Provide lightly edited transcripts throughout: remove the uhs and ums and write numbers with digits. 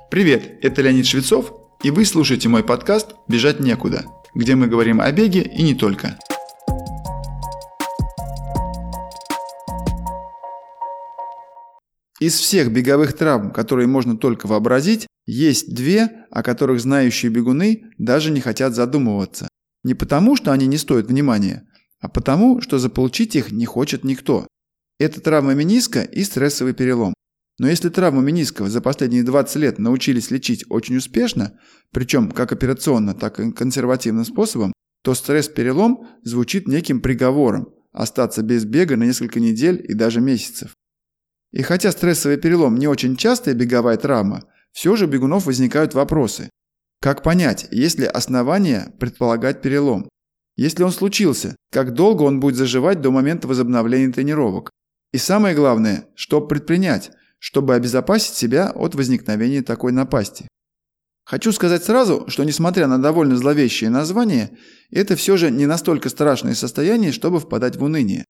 Привет, это Леонид Швецов, и вы слушаете мой подкаст «Бежать некуда», где мы говорим о беге и не только. Из всех беговых травм, которые можно только вообразить, есть две, о которых знающие бегуны даже не хотят задумываться. Не потому, что они не стоят внимания, а потому, что заполучить их не хочет никто. Это травма мениска и стрессовый перелом. Но если травму мениска за последние 20 лет научились лечить очень успешно, причем как операционно, так и консервативным способом, то стресс-перелом звучит неким приговором – остаться без бега на несколько недель и даже месяцев. И хотя стрессовый перелом не очень частая беговая травма, все же у бегунов возникают вопросы. Как понять, есть ли основания предполагать перелом? Если он случился, как долго он будет заживать до момента возобновления тренировок? И самое главное, что предпринять, чтобы обезопасить себя от возникновения такой напасти. Хочу сказать сразу, что несмотря на довольно зловещее название, это все же не настолько страшное состояние, чтобы впадать в уныние.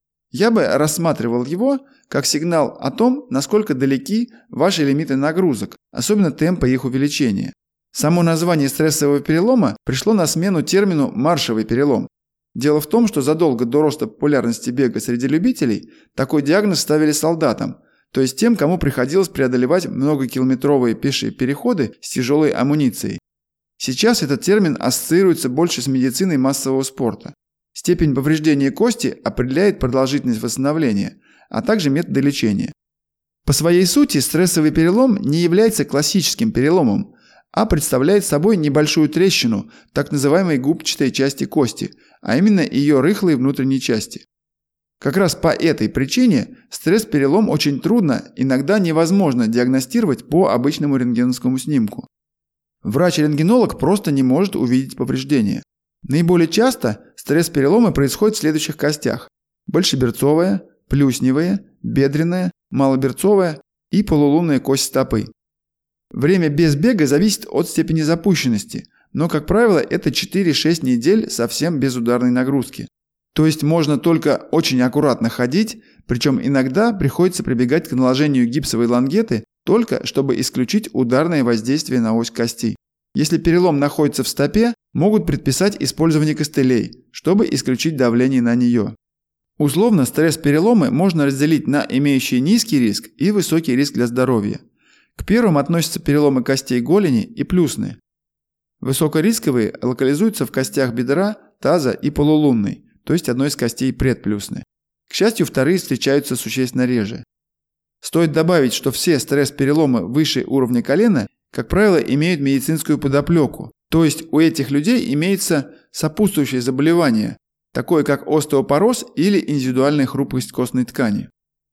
Я бы рассматривал его как сигнал о том, насколько далеки ваши лимиты нагрузок, особенно темпа их увеличения. Само название стрессового перелома пришло на смену термину «маршевый перелом». Дело в том, что задолго до роста популярности бега среди любителей такой диагноз ставили солдатам, то есть тем, кому приходилось преодолевать многокилометровые пешие переходы с тяжелой амуницией. Сейчас этот термин ассоциируется больше с медициной массового спорта. Степень повреждения кости определяет продолжительность восстановления, а также методы лечения. По своей сути стрессовый перелом не является классическим переломом, а представляет собой небольшую трещину так называемой губчатой части кости, а именно ее рыхлой внутренней части. Как раз по этой причине стресс-перелом очень трудно, иногда невозможно диагностировать по обычному рентгеновскому снимку. Врач-рентгенолог просто не может увидеть повреждения. Наиболее часто стресс-переломы происходят в следующих костях: большеберцовая, плюсневая, бедренная, малоберцовая и полулунная кость стопы. Время без бега зависит от степени запущенности, но, как правило, это 4-6 недель совсем без ударной нагрузки. То есть можно только очень аккуратно ходить, причем иногда приходится прибегать к наложению гипсовой лангеты, только чтобы исключить ударное воздействие на ось кости. Если перелом находится в стопе, могут предписать использование костылей, чтобы исключить давление на нее. Условно стресс-переломы можно разделить на имеющие низкий риск и высокий риск для здоровья. К первым относятся переломы костей голени и плюсны. Высокорисковые локализуются в костях бедра, таза и полулунной, то есть одной из костей предплюсны. К счастью, вторые встречаются существенно реже. Стоит добавить, что все стресс-переломы выше уровня колена, как правило, имеют медицинскую подоплеку, то есть у этих людей имеется сопутствующее заболевание, такое как остеопороз или индивидуальная хрупкость костной ткани.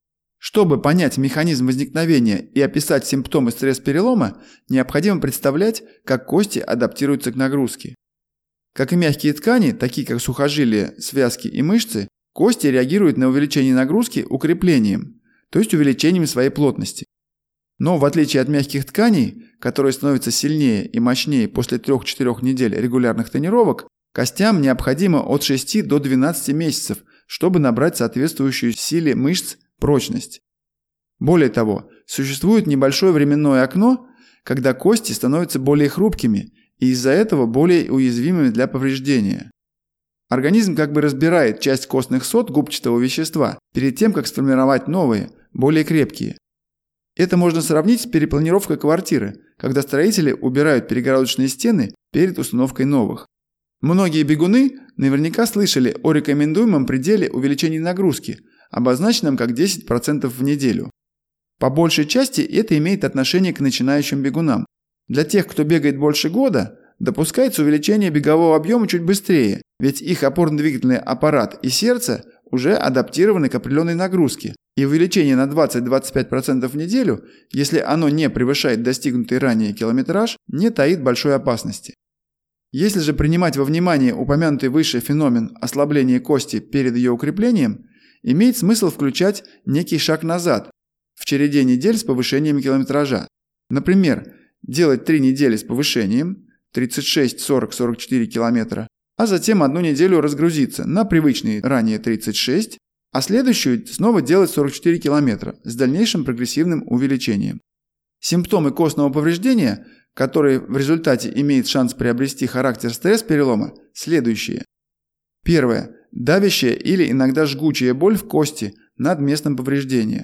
Чтобы понять механизм возникновения и описать симптомы стресс-перелома, необходимо представлять, как кости адаптируются к нагрузке. Как и мягкие ткани, такие как сухожилия, связки и мышцы, кости реагируют на увеличение нагрузки укреплением, то есть увеличением своей плотности. Но в отличие от мягких тканей, которые становятся сильнее и мощнее после 3-4 недель регулярных тренировок, костям необходимо от 6 до 12 месяцев, чтобы набрать соответствующую силе мышц прочность. Более того, существует небольшое временное окно, когда кости становятся более хрупкими и из-за этого более уязвимыми для повреждения. Организм как бы разбирает часть костных сот губчатого вещества перед тем, как сформировать новые, более крепкие. Это можно сравнить с перепланировкой квартиры, когда строители убирают перегородочные стены перед установкой новых. Многие бегуны наверняка слышали о рекомендуемом пределе увеличения нагрузки, обозначенном как 10% в неделю. По большей части это имеет отношение к начинающим бегунам. Для тех, кто бегает больше года, допускается увеличение бегового объема чуть быстрее, ведь их опорно-двигательный аппарат и сердце уже адаптированы к определенной нагрузке, и увеличение на 20-25% в неделю, если оно не превышает достигнутый ранее километраж, не таит большой опасности. Если же принимать во внимание упомянутый выше феномен ослабления кости перед ее укреплением, имеет смысл включать некий шаг назад в череде недель с повышением километража. Например, делать 3 недели с повышением 36, 40, 44 километра, а затем 1 неделю разгрузиться на привычные ранее 36, а следующую снова делать 44 километра с дальнейшим прогрессивным увеличением. Симптомы костного повреждения, которые в результате имеют шанс приобрести характер стресс-перелома, следующие. Первое. Давящая или иногда жгучая боль в кости над местом повреждения.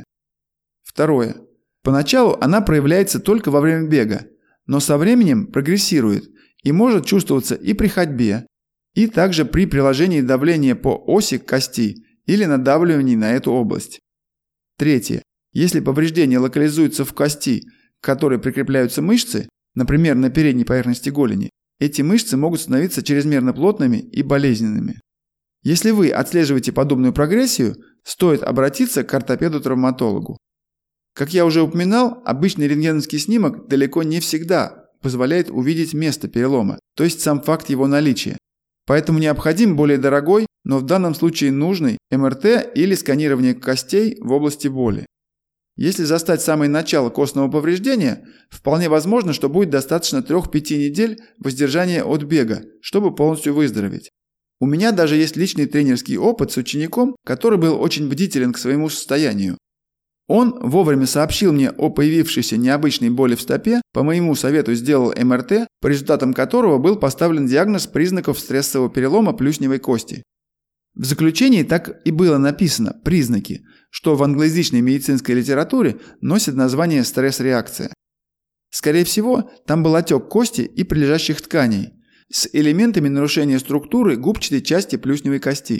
Второе. Поначалу она проявляется только во время бега, но со временем прогрессирует и может чувствоваться и при ходьбе, и также при приложении давления по оси к кости или надавливании на эту область. Третье. Если повреждение локализуется в кости, к которой прикрепляются мышцы, например, на передней поверхности голени, эти мышцы могут становиться чрезмерно плотными и болезненными. Если вы отслеживаете подобную прогрессию, стоит обратиться к ортопеду-травматологу. Как я уже упоминал, обычный рентгеновский снимок далеко не всегда позволяет увидеть место перелома, то есть сам факт его наличия. Поэтому необходим более дорогой, но в данном случае нужный МРТ или сканирование костей в области боли. Если застать самое начало костного повреждения, вполне возможно, что будет достаточно 3-5 недель воздержания от бега, чтобы полностью выздороветь. У меня даже есть личный тренерский опыт с учеником, который был очень бдителен к своему состоянию. Он вовремя сообщил мне о появившейся необычной боли в стопе, по моему совету сделал МРТ, по результатам которого был поставлен диагноз признаков стрессового перелома плюсневой кости. В заключении так и было написано «признаки», что в англоязычной медицинской литературе носит название стресс-реакция. Скорее всего, там был отек кости и прилежащих тканей с элементами нарушения структуры губчатой части плюсневой кости.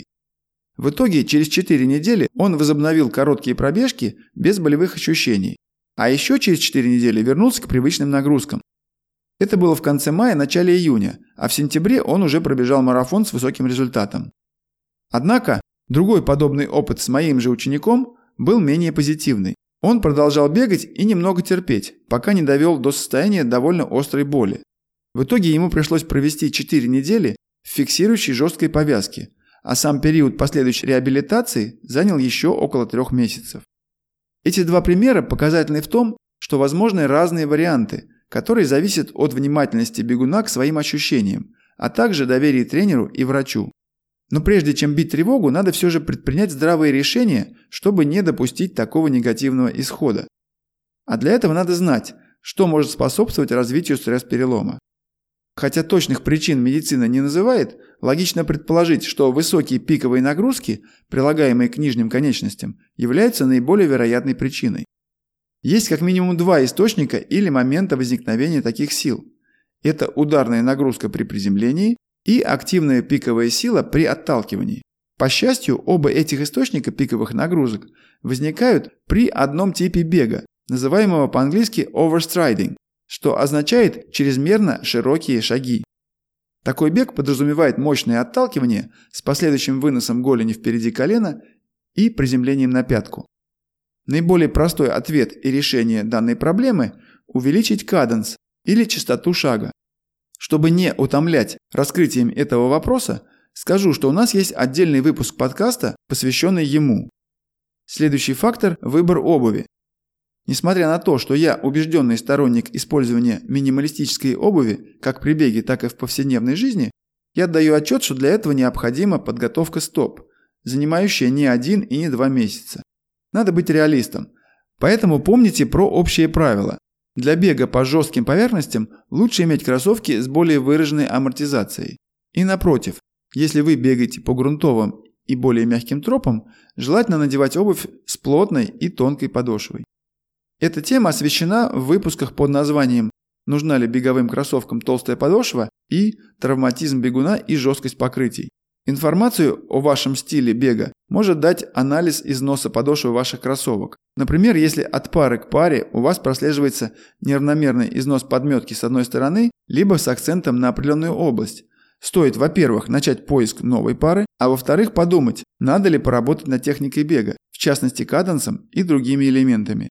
В итоге через 4 недели он возобновил короткие пробежки без болевых ощущений, а еще через 4 недели вернулся к привычным нагрузкам. Это было в конце мая, начале июня, а в сентябре он уже пробежал марафон с высоким результатом. Однако, другой подобный опыт с моим же учеником был менее позитивный. Он продолжал бегать и немного терпеть, пока не довел до состояния довольно острой боли. В итоге ему пришлось провести 4 недели в фиксирующей жесткой повязке, а сам период последующей реабилитации занял еще около 3 месяцев. Эти два примера показательны в том, что возможны разные варианты, которые зависят от внимательности бегуна к своим ощущениям, а также доверия тренеру и врачу. Но прежде чем бить тревогу, надо все же предпринять здравые решения, чтобы не допустить такого негативного исхода. А для этого надо знать, что может способствовать развитию стресс-перелома. Хотя точных причин медицина не называет, логично предположить, что высокие пиковые нагрузки, прилагаемые к нижним конечностям, являются наиболее вероятной причиной. Есть как минимум 2 источника или момента возникновения таких сил. Это ударная нагрузка при приземлении и активная пиковая сила при отталкивании. По счастью, оба этих источника пиковых нагрузок возникают при одном типе бега, называемого по-английски overstriding, что означает чрезмерно широкие шаги. Такой бег подразумевает мощное отталкивание с последующим выносом голени впереди колена и приземлением на пятку. Наиболее простой ответ и решение данной проблемы – увеличить каденс или частоту шага. Чтобы не утомлять раскрытием этого вопроса, скажу, что у нас есть отдельный выпуск подкаста, посвященный ему. Следующий фактор – выбор обуви. Несмотря на то, что я убежденный сторонник использования минималистической обуви как при беге, так и в повседневной жизни, я отдаю отчет, что для этого необходима подготовка стоп, занимающая не 1 и не 2 месяца. Надо быть реалистом. Поэтому помните про общие правила. Для бега по жестким поверхностям лучше иметь кроссовки с более выраженной амортизацией. И напротив, если вы бегаете по грунтовым и более мягким тропам, желательно надевать обувь с плотной и тонкой подошвой. Эта тема освещена в выпусках под названием «Нужна ли беговым кроссовкам толстая подошва» и «Травматизм бегуна и жесткость покрытий». Информацию о вашем стиле бега может дать анализ износа подошвы ваших кроссовок. Например, если от пары к паре у вас прослеживается неравномерный износ подметки с одной стороны, либо с акцентом на определенную область. Стоит, во-первых, начать поиск новой пары, а во-вторых, подумать, надо ли поработать над техникой бега, в частности каденсом и другими элементами.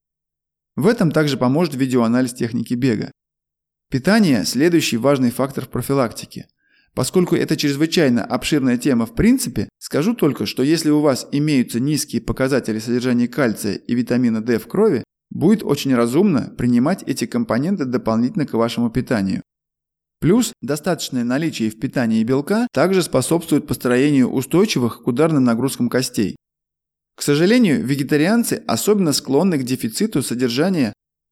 В этом также поможет видеоанализ техники бега. Питание – следующий важный фактор в профилактике. Поскольку это чрезвычайно обширная тема в принципе, скажу только, что если у вас имеются низкие показатели содержания кальция и витамина D в крови, будет очень разумно принимать эти компоненты дополнительно к вашему питанию. Плюс достаточное наличие в питании белка также способствует построению устойчивых к ударным нагрузкам костей. К сожалению, вегетарианцы особенно склонны к дефициту содержания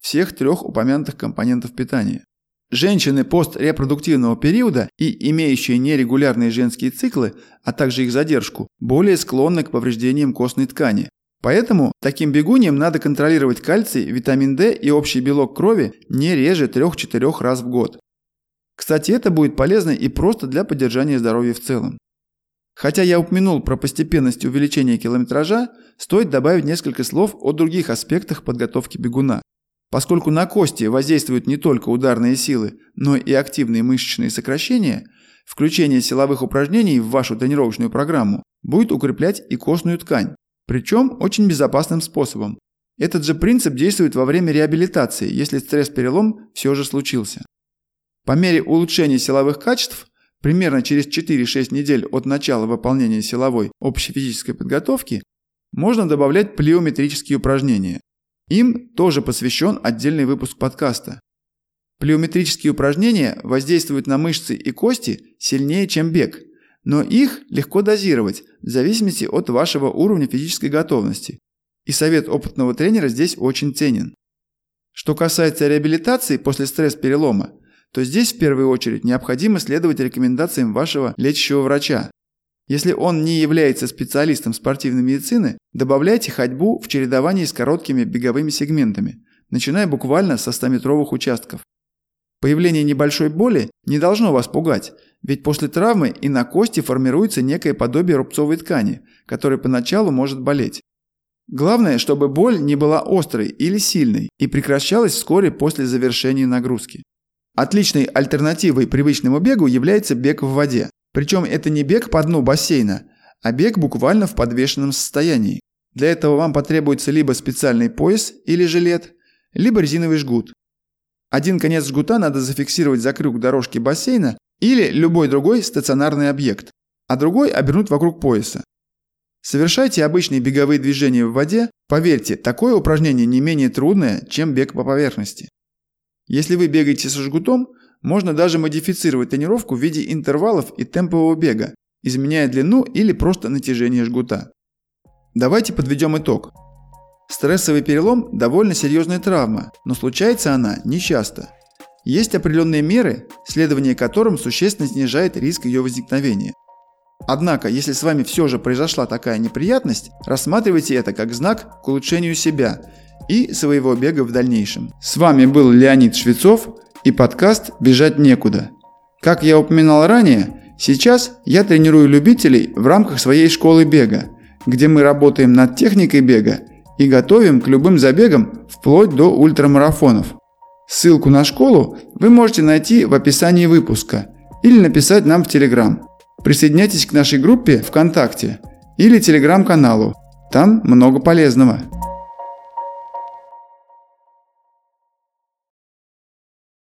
всех 3 упомянутых компонентов питания. Женщины пострепродуктивного периода и имеющие нерегулярные женские циклы, а также их задержку, более склонны к повреждениям костной ткани. Поэтому таким бегуньям надо контролировать кальций, витамин D и общий белок крови не реже 3-4 раз в год. Кстати, это будет полезно и просто для поддержания здоровья в целом. Хотя я упомянул про постепенность увеличения километража, стоит добавить несколько слов о других аспектах подготовки бегуна. Поскольку на кости воздействуют не только ударные силы, но и активные мышечные сокращения, включение силовых упражнений в вашу тренировочную программу будет укреплять и костную ткань, причем очень безопасным способом. Этот же принцип действует во время реабилитации, если стресс-перелом все же случился. По мере улучшения силовых качеств, примерно через 4-6 недель от начала выполнения силовой общефизической подготовки, можно добавлять плиометрические упражнения. Им тоже посвящен отдельный выпуск подкаста. Плиометрические упражнения воздействуют на мышцы и кости сильнее, чем бег, но их легко дозировать в зависимости от вашего уровня физической готовности. И совет опытного тренера здесь очень ценен. Что касается реабилитации после стресс-перелома, то здесь в первую очередь необходимо следовать рекомендациям вашего лечащего врача. Если он не является специалистом спортивной медицины, добавляйте ходьбу в чередовании с короткими беговыми сегментами, начиная буквально со 100-метровых участков. Появление небольшой боли не должно вас пугать, ведь после травмы и на кости формируется некое подобие рубцовой ткани, которая поначалу может болеть. Главное, чтобы боль не была острой или сильной и прекращалась вскоре после завершения нагрузки. Отличной альтернативой привычному бегу является бег в воде. Причем это не бег по дну бассейна, а бег буквально в подвешенном состоянии. Для этого вам потребуется либо специальный пояс или жилет, либо резиновый жгут. Один конец жгута надо зафиксировать за крюк дорожки бассейна или любой другой стационарный объект, а другой обернуть вокруг пояса. Совершайте обычные беговые движения в воде, поверьте, такое упражнение не менее трудное, чем бег по поверхности. Если вы бегаете со жгутом, можно даже модифицировать тренировку в виде интервалов и темпового бега, изменяя длину или просто натяжение жгута. Давайте подведем итог. Стрессовый перелом – довольно серьезная травма, но случается она нечасто. Есть определенные меры, следование которым существенно снижает риск ее возникновения. Однако, если с вами все же произошла такая неприятность, рассматривайте это как знак к улучшению себя и своего бега в дальнейшем. С вами был Леонид Швецов и подкаст «Бежать некуда». Как я упоминал ранее, сейчас я тренирую любителей в рамках своей школы бега, где мы работаем над техникой бега и готовим к любым забегам вплоть до ультрамарафонов. Ссылку на школу вы можете найти в описании выпуска или написать нам в Telegram. Присоединяйтесь к нашей группе ВКонтакте или Telegram-каналу, там много полезного.